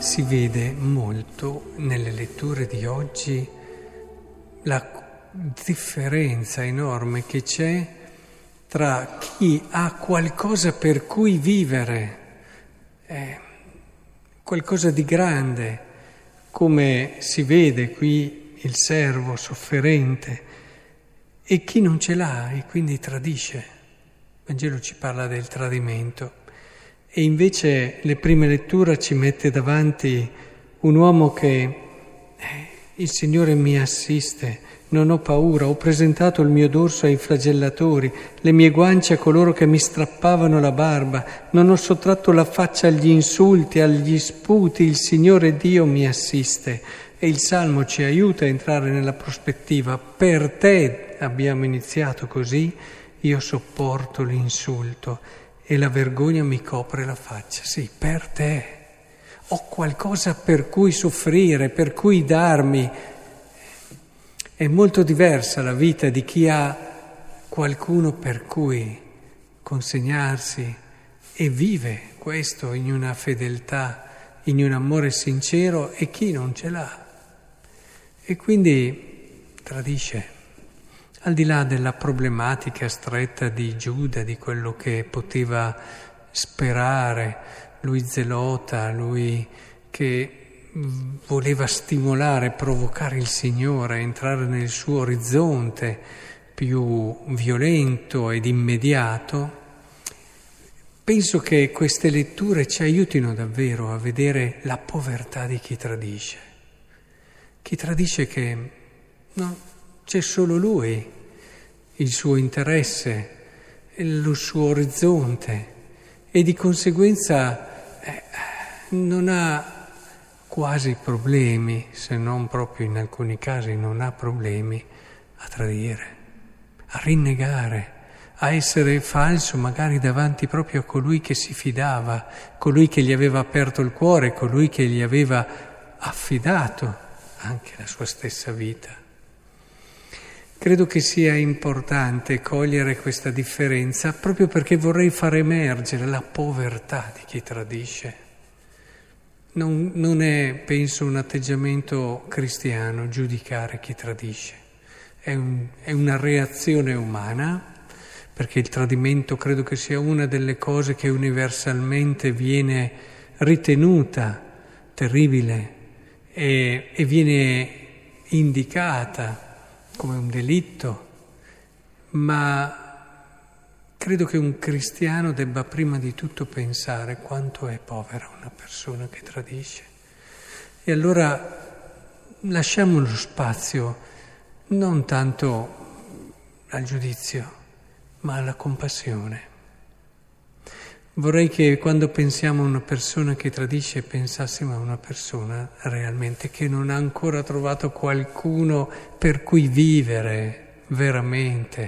Si vede molto nelle letture di oggi la differenza enorme che c'è tra chi ha qualcosa per cui vivere, qualcosa di grande, come si vede qui il servo sofferente, e chi non ce l'ha e quindi tradisce. Il Vangelo ci parla del tradimento. E invece le prime letture ci mette davanti un uomo che il Signore mi assiste, non ho paura, ho presentato il mio dorso ai flagellatori, le mie guance a coloro che mi strappavano la barba, non ho sottratto la faccia agli insulti, agli sputi, il Signore Dio mi assiste. E il Salmo ci aiuta a entrare nella prospettiva: per te abbiamo iniziato così, io sopporto l'insulto e la vergogna mi copre la faccia. Sì, per te. Ho qualcosa per cui soffrire, per cui darmi. È molto diversa la vita di chi ha qualcuno per cui consegnarsi e vive questo in una fedeltà, in un amore sincero, e chi non ce l'ha. E quindi tradisce. Al di là della problematica stretta di Giuda, di quello che poteva sperare, lui zelota, lui che voleva stimolare, provocare il Signore a entrare nel suo orizzonte più violento ed immediato, penso che queste letture ci aiutino davvero a vedere la povertà di chi tradisce. Chi tradisce che no, c'è solo lui, il suo interesse, il suo orizzonte, e di conseguenza non ha quasi problemi, se non proprio in alcuni casi non ha problemi a tradire, a rinnegare, a essere falso magari davanti proprio a colui che si fidava, colui che gli aveva aperto il cuore, colui che gli aveva affidato anche la sua stessa vita. Credo che sia importante cogliere questa differenza proprio perché vorrei far emergere la povertà di chi tradisce. Non è, penso, un atteggiamento cristiano giudicare chi tradisce. È una reazione umana, perché il tradimento credo che sia una delle cose che universalmente viene ritenuta terribile e viene indicata come un delitto, ma credo che un cristiano debba prima di tutto pensare quanto è povera una persona che tradisce. E allora lasciamo lo spazio non tanto al giudizio, ma alla compassione. Vorrei che quando pensiamo a una persona che tradisce pensassimo a una persona realmente che non ha ancora trovato qualcuno per cui vivere veramente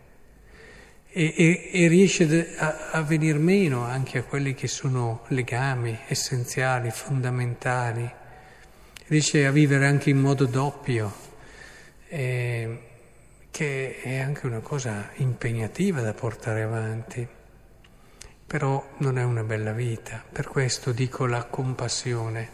e riesce a venir meno anche a quelli che sono legami essenziali, fondamentali, riesce a vivere anche in modo doppio, che è anche una cosa impegnativa da portare avanti. Però non è una bella vita, per questo dico la compassione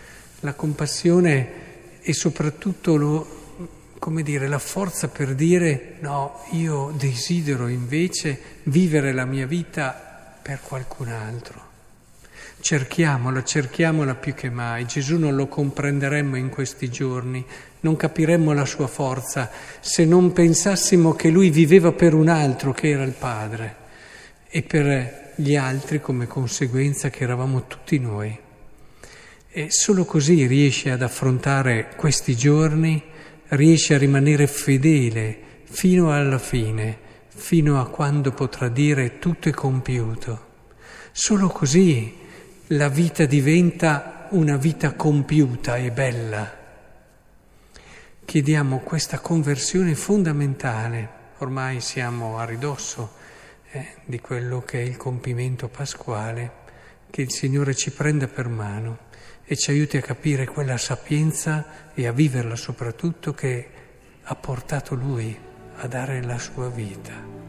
e soprattutto la forza per dire no, io desidero invece vivere la mia vita per qualcun altro. Cerchiamola più che mai. Gesù non lo comprenderemmo in questi giorni, non capiremmo la sua forza se non pensassimo che lui viveva per un altro che era il Padre e per gli altri come conseguenza che eravamo tutti noi. E solo così riesce ad affrontare questi giorni, riesce a rimanere fedele fino alla fine, fino a quando potrà dire tutto è compiuto. Solo così la vita diventa una vita compiuta e bella. Chiediamo questa conversione fondamentale, ormai siamo a ridosso di quello che è il compimento pasquale, che il Signore ci prenda per mano e ci aiuti a capire quella sapienza e a viverla soprattutto che ha portato Lui a dare la sua vita.